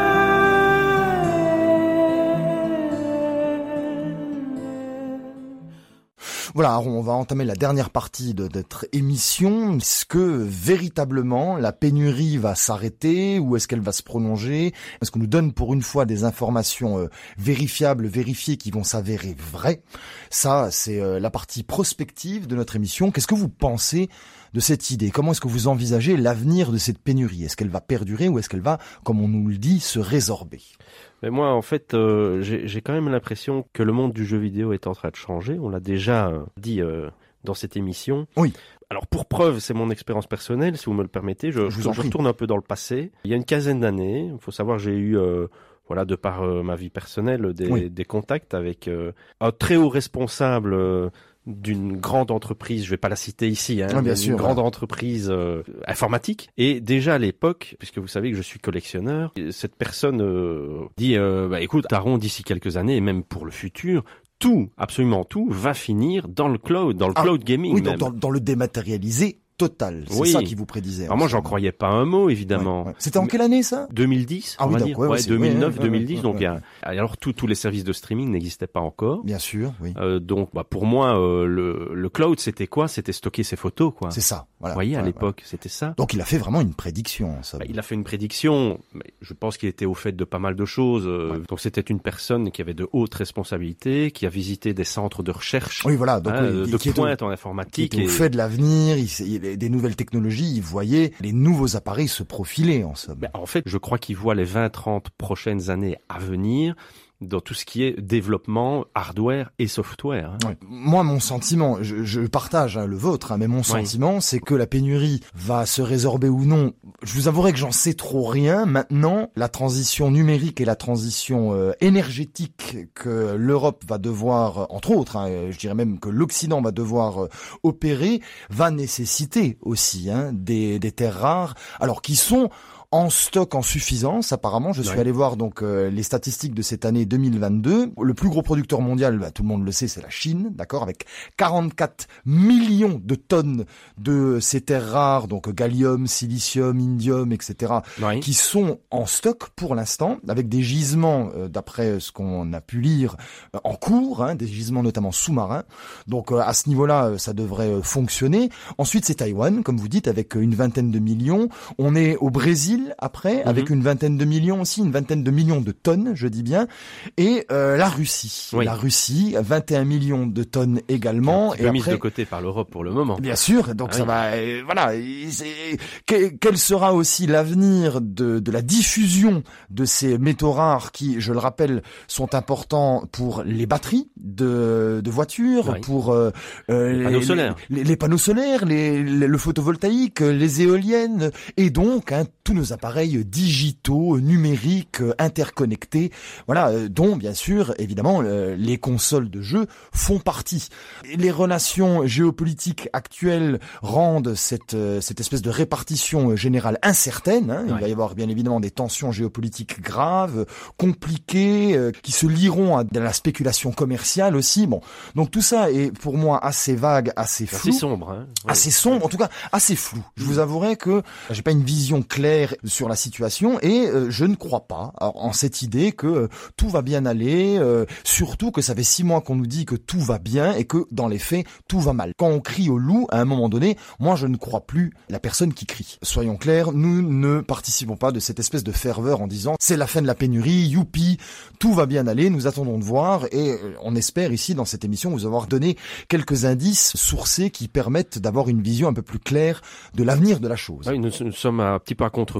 Voilà, on va entamer la dernière partie de notre émission. Est-ce que véritablement la pénurie va s'arrêter ou est-ce qu'elle va se prolonger? Est-ce qu'on nous donne pour une fois des informations euh, vérifiables, vérifiées qui vont s'avérer vraies? Ça, c'est euh, la partie prospective de notre émission. Qu'est-ce que vous pensez de cette idée? Comment est-ce que vous envisagez l'avenir de cette pénurie? Est-ce qu'elle va perdurer ou est-ce qu'elle va, comme on nous le dit, se résorber? Mais moi, en fait, euh, j'ai, j'ai quand même l'impression que le monde du jeu vidéo est en train de changer. On l'a déjà euh, dit euh, dans cette émission. Oui. Alors, pour preuve, c'est mon expérience personnelle, si vous me le permettez. Je, je, vous en je retourne un peu dans le passé. Il y a une quinzaine d'années, il faut savoir, j'ai eu... Euh, Voilà, de par euh, ma vie personnelle, des, oui. des contacts avec euh, un très haut responsable euh, d'une grande entreprise, je vais pas la citer ici, hein, oui, bien une sûr, grande ouais. entreprise euh, informatique. Et déjà à l'époque, puisque vous savez que je suis collectionneur, cette personne euh, dit euh, bah, écoute, Aaron, d'ici quelques années, et même pour le futur, tout, absolument tout, va finir dans le cloud, dans le ah, cloud gaming. Oui, même. Dans, dans le dématérialisé total. C'est oui. ça qui vous prédisait. Alors moi, j'en croyais pas un mot, évidemment. Ouais, ouais. C'était en quelle année, ça? deux mille dix, ah, on oui, va donc, dire. Ouais, ouais, deux mille neuf, ouais, deux mille dix. ouais, donc, ouais. il y a, alors, tous tous les services de streaming n'existaient pas encore. Bien sûr, oui. Euh, donc, bah, pour moi, euh, le, le cloud, c'était quoi? C'était stocker ses photos, quoi. C'est ça. Voilà. Vous voyez, ouais, à l'époque, ouais. c'était ça. Donc, il a fait vraiment une prédiction, ça. Bah, il a fait une prédiction, mais je pense qu'il était au fait de pas mal de choses. Euh, ouais. Donc, c'était une personne qui avait de hautes responsabilités, qui a visité des centres de recherche. Oui, voilà. Donc, hein, oui, de qui pointe au, en informatique. Qui était au fait de l'avenir, il, il, des nouvelles technologies, il voyait les nouveaux appareils se profiler, en somme. Ben, en fait, je crois qu'il voit les vingt trente prochaines années à venir dans tout ce qui est développement hardware et software. Hein. Ouais. Moi, mon sentiment, je, je partage hein, le vôtre, hein, mais mon sentiment, oui. c'est que la pénurie va se résorber ou non. Je vous avouerai que j'en sais trop rien. Maintenant, la transition numérique et la transition euh, énergétique que l'Europe va devoir, entre autres, hein, je dirais même que l'Occident va devoir euh, opérer, va nécessiter aussi hein, des, des terres rares, alors qui sont en stock en suffisance, apparemment. Je suis ouais. allé voir donc euh, les statistiques de cette année deux mille vingt-deux. Le plus gros producteur mondial, bah, tout le monde le sait, c'est la Chine, d'accord, avec quarante-quatre millions de tonnes de ces terres rares, donc gallium, silicium, indium, et cetera, ouais. qui sont en stock pour l'instant, avec des gisements, euh, d'après ce qu'on a pu lire, euh, en cours, hein, des gisements notamment sous-marins. Donc euh, à ce niveau-là, euh, ça devrait euh, fonctionner. Ensuite, c'est Taïwan, comme vous dites, avec euh, une vingtaine de millions. On est au Brésil, après, mm-hmm. avec une vingtaine de millions aussi, une vingtaine de millions de tonnes, je dis bien, et euh, la Russie. Oui. La Russie, vingt et un millions de tonnes également. Et mise de côté par l'Europe pour le moment. Bien sûr, donc ah, ça oui. va, euh, voilà. C'est, que, quel sera aussi l'avenir de, de la diffusion de ces métaux rares qui, je le rappelle, sont importants pour les batteries de, de voitures, oui. pour euh, les panneaux les, solaires, les, les panneaux solaires, les, les, le photovoltaïque, les éoliennes, et donc hein, tous nos appareils digitaux, numériques, interconnectés, voilà, dont bien sûr, évidemment, euh, les consoles de jeux font partie. Les relations géopolitiques actuelles rendent cette euh, cette espèce de répartition générale incertaine. Hein. Ouais. Il va y avoir bien évidemment des tensions géopolitiques graves, compliquées, euh, qui se lieront à de la spéculation commerciale aussi. Bon, donc tout ça est pour moi assez vague, assez flou, assez sombre, hein. Ouais. assez sombre, en tout cas assez flou. Je vous avouerai que j'ai pas une vision claire sur la situation et euh, je ne crois pas en cette idée que euh, tout va bien aller, euh, surtout que ça fait six mois qu'on nous dit que tout va bien et que dans les faits tout va mal. Quand on crie au loup, à un moment donné, moi je ne crois plus la personne qui crie. Soyons clairs, nous ne participons pas de cette espèce de ferveur en disant c'est la fin de la pénurie, youpi, tout va bien aller, nous attendons de voir et on espère ici dans cette émission vous avoir donné quelques indices sourcés qui permettent d'avoir une vision un peu plus claire de l'avenir de la chose. Oui, nous, nous sommes un petit peu à contre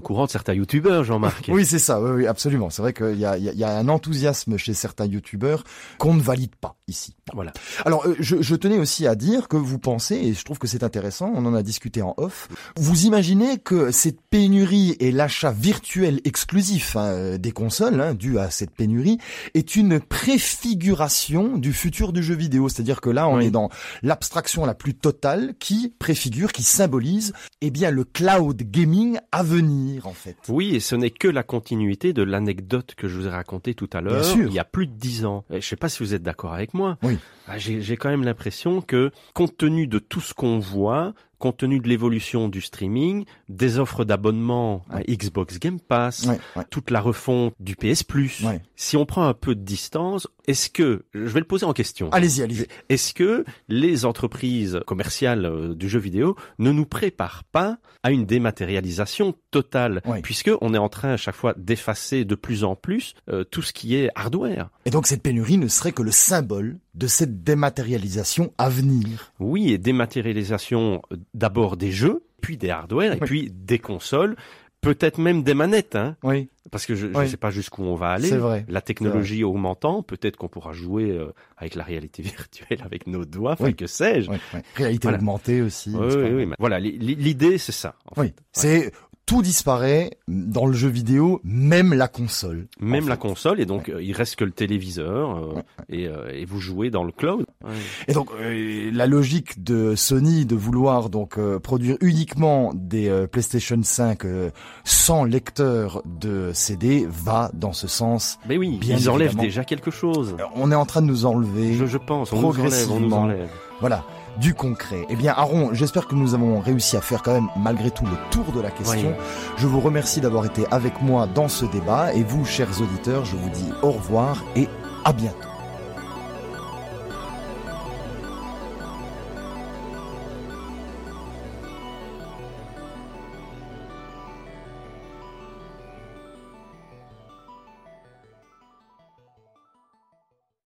courant de certains youtubeurs, Jean-Marc. Oui, c'est ça, oui, oui, absolument. C'est vrai qu'il y a, il y a, il y a un enthousiasme chez certains youtubeurs qu'on ne valide pas ici. Voilà. Alors, euh, je, je tenais aussi à dire que vous pensez, et je trouve que c'est intéressant, on en a discuté en off, vous imaginez que cette pénurie et l'achat virtuel exclusif hein, des consoles, hein, dû à cette pénurie, est une préfiguration du futur du jeu vidéo. C'est-à-dire que là, on oui. est dans l'abstraction la plus totale qui préfigure, qui symbolise eh bien le cloud gaming à venir, en fait. Oui, et ce n'est que la continuité de l'anecdote que je vous ai racontée tout à l'heure, il y a plus de dix ans. Je ne sais pas si vous êtes d'accord avec moi. Oui. J'ai, j'ai quand même l'impression que, compte tenu de tout ce qu'on voit, compte tenu de l'évolution du streaming, des offres d'abonnement à Xbox Game Pass, ouais, ouais. toute la refonte du P S Plus, ouais. si on prend un peu de distance, est-ce que, je vais le poser en question. Allez-y, allez-y. Est-ce que les entreprises commerciales du jeu vidéo ne nous préparent pas à une dématérialisation totale, ouais. puisque on est en train à chaque fois d'effacer de plus en plus euh, tout ce qui est hardware. Et donc cette pénurie ne serait que le symbole de cette dématérialisation à venir. Oui, et dématérialisation d'abord des jeux, puis des hardware, et oui. puis des consoles, peut-être même des manettes, hein. Oui. Parce que je ne oui. sais pas jusqu'où on va aller. C'est vrai. La technologie augmentant, peut-être qu'on pourra jouer euh, avec la réalité virtuelle, avec nos doigts, enfin oui. que sais-je. Oui, oui. Réalité voilà. augmentée aussi. Oui, oui, oui. Voilà, l'idée c'est ça. En oui, fait. c'est ouais. tout disparaît dans le jeu vidéo, même la console. Même la fait. console, et donc ouais. euh, il reste que le téléviseur, euh, ouais. et, euh, et vous jouez dans le cloud. Ouais. Et donc euh, la logique de Sony de vouloir donc euh, produire uniquement des euh, PlayStation cinq euh, sans lecteur de C D va dans ce sens. Mais oui, bien ils enlèvent évidemment. déjà quelque chose. On est en train de nous enlever. Je, je pense, on progressivement. nous enlève, on nous enlève. Voilà. Du concret. Eh bien, Aaron, j'espère que nous avons réussi à faire quand même, malgré tout, le tour de la question. Oui. Je vous remercie d'avoir été avec moi dans ce débat. Et vous, chers auditeurs, je vous dis au revoir et à bientôt.